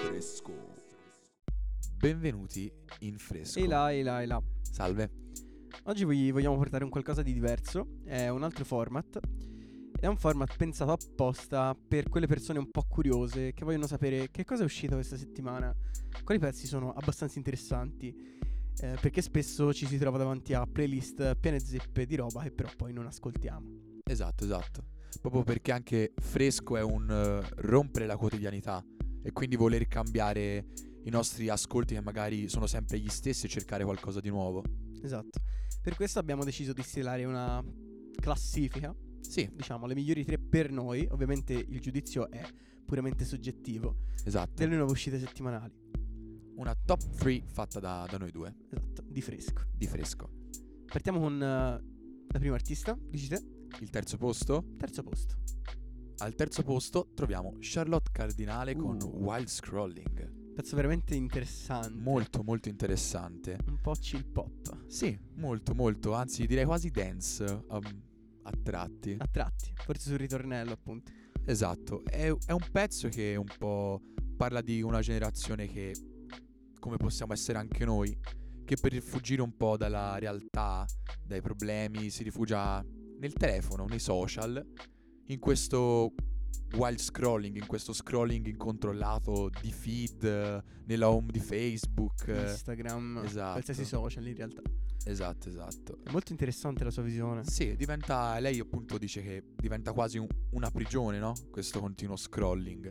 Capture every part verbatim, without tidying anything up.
Fresco. Benvenuti in Fresco. E là, e là, e là. Salve. Oggi vi vogliamo portare un qualcosa di diverso. È un altro format. È un format pensato apposta per quelle persone un po' curiose che vogliono sapere che cosa è uscito questa settimana, quali pezzi sono abbastanza interessanti, eh, perché spesso ci si trova davanti a playlist piene zeppe di roba che però poi non ascoltiamo. Esatto, esatto. Proprio perché anche Fresco è un uh, rompere la quotidianità e quindi voler cambiare i nostri ascolti che magari sono sempre gli stessi e cercare qualcosa di nuovo. Esatto. Per questo abbiamo deciso di stilare una classifica. Sì, Diciamo le migliori tre per noi. Ovviamente il giudizio è puramente soggettivo. esatto. Delle nuove uscite settimanali. Una top tre fatta da, da noi due, Esatto, di Fresco. di Fresco. Partiamo con uh, la prima artista, dici te? Il terzo posto? Terzo posto. Al terzo posto troviamo Charlotte Cardinale Uh. con Wild Scrolling. Pezzo veramente interessante. Molto, molto interessante. Un po' chill pop. Sì, molto, molto. Anzi, direi quasi dance um, a tratti. A tratti, forse sul ritornello appunto. Esatto, è, è un pezzo che un po' parla di una generazione che, come possiamo essere anche noi, che per fuggire un po' dalla realtà, dai problemi, si rifugia nel telefono, nei social, in questo wild scrolling, in questo scrolling incontrollato di feed, nella home di Facebook. Instagram, esatto. qualsiasi social in realtà. Esatto, esatto. È molto interessante la sua visione. Sì, diventa, lei appunto dice che diventa quasi un- una prigione, no? Questo continuo scrolling.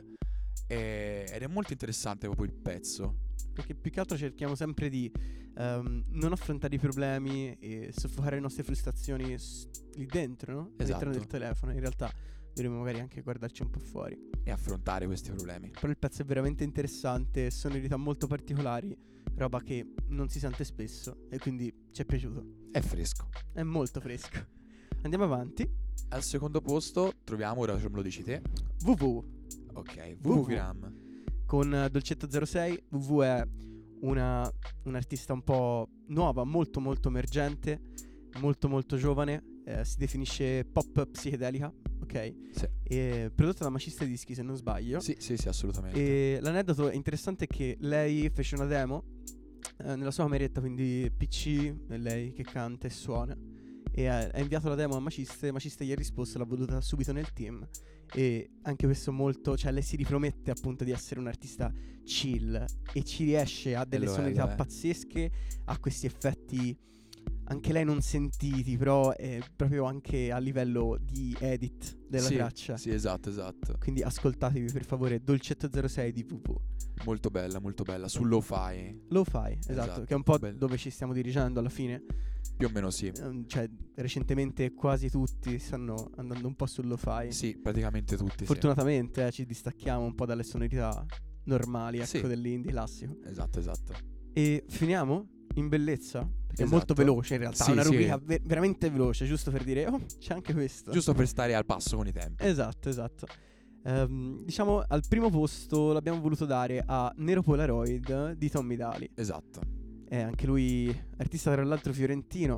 E- ed è molto interessante proprio il pezzo. Perché più che altro cerchiamo sempre di ehm, non affrontare i problemi e soffocare le nostre frustrazioni s- lì dentro, no? All'interno Esatto. del telefono. In realtà dovremmo magari anche guardarci un po' fuori. E affrontare questi problemi. Però il pezzo è veramente interessante, sonorità molto particolari, roba che non si sente spesso e quindi ci è piaciuto. È fresco. È molto fresco. Andiamo avanti. Al secondo posto troviamo, ora ce me lo dici te. W W Ok, W W. Vuvugram. con eh, Dolcetto zero sei. W W è una, un'artista un po' nuova, molto molto emergente, molto molto giovane, eh, si definisce pop psichedelica, ok? Sì. E prodotta da Maciste Dischi se non sbaglio. Sì, sì, sì, assolutamente. E l'aneddoto interessante è che lei fece una demo eh, nella sua cameretta, quindi P C, è lei che canta e suona. E ha, ha inviato la demo a Maciste, Maciste gli ha risposto, l'ha voluta subito nel team. E anche questo molto, cioè lei si ripromette appunto di essere un artista chill e ci riesce, ha delle Lo è, sonorità lo è. pazzesche, ha questi effetti anche lei non sentiti, però è proprio anche a livello di edit della Sì, traccia. Sì, esatto, esatto. Quindi ascoltatevi per favore Dolcetto zero sei di W W. Molto bella, molto bella. Sul lo-fi. Lo-fi, esatto, Esatto, che è un po' bello. dove ci stiamo dirigendo alla fine. Più o meno sì. Ehm, Cioè, recentemente quasi tutti stanno andando un po' sul lo-fi. Sì, praticamente tutti, sì. Fortunatamente eh, ci distacchiamo un po' dalle sonorità normali, ecco, Sì. dell'indie classico. Esatto, esatto. E finiamo in bellezza, perché è Esatto. molto veloce in realtà, Sì, è una sì. rubrica ve- veramente veloce, giusto per dire, oh, c'è anche questo. Giusto per stare al passo con i tempi. Esatto, esatto. Ehm, diciamo, al primo posto l'abbiamo voluto dare a Nero Polaroid di Tommy Daly. Esatto. È anche lui artista tra l'altro fiorentino,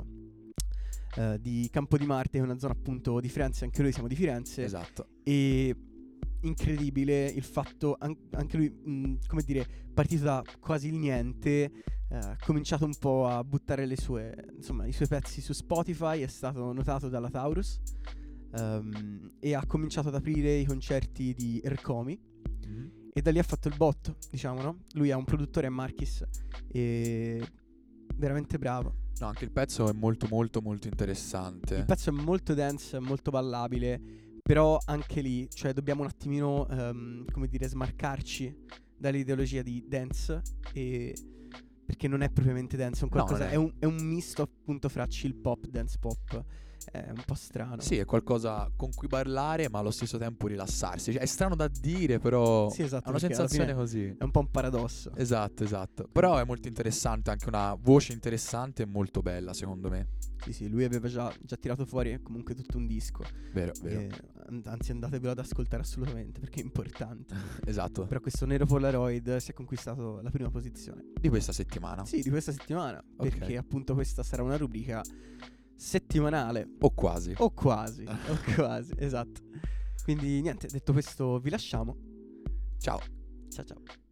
eh, di Campo di Marte, che è una zona appunto di Firenze, anche noi siamo di Firenze. Esatto. E incredibile il fatto, an- anche lui, mh, come dire, partito da quasi il niente, eh, ha cominciato un po' a buttare le sue, insomma, i suoi pezzi su Spotify, è stato notato dalla Taurus, ehm, e ha cominciato ad aprire i concerti di Ercomi. Mhm. E da lì ha fatto il botto, diciamo, no? Lui è un produttore a Marchis e veramente bravo. No, anche il pezzo è molto molto molto interessante. Il pezzo è molto dance, molto ballabile, però anche lì, cioè dobbiamo un attimino, ehm, come dire, smarcarci dall'ideologia di dance, e perché non è propriamente dance, è un No, qualcosa, non è. è, un, è un misto appunto fra chill pop, dance pop, è un po' strano. Sì, è qualcosa con cui parlare, ma allo stesso tempo rilassarsi. Cioè, è strano da dire, però Sì, esatto, è una perché alla sensazione fine così. È un po' un paradosso. Esatto, esatto. Però è molto interessante, anche una voce interessante e molto bella, secondo me. Sì, sì, lui aveva già, già tirato fuori comunque tutto un disco. Vero, vero. E, an- anzi, andatevelo ad ascoltare assolutamente perché è importante. Esatto. Però questo Nero Polaroid si è conquistato la prima posizione. Di questa settimana. Sì, di questa settimana. Ok. Perché appunto questa sarà una rubrica settimanale. O quasi. O quasi. o quasi, esatto. Quindi niente, detto questo vi lasciamo. Ciao. Ciao ciao.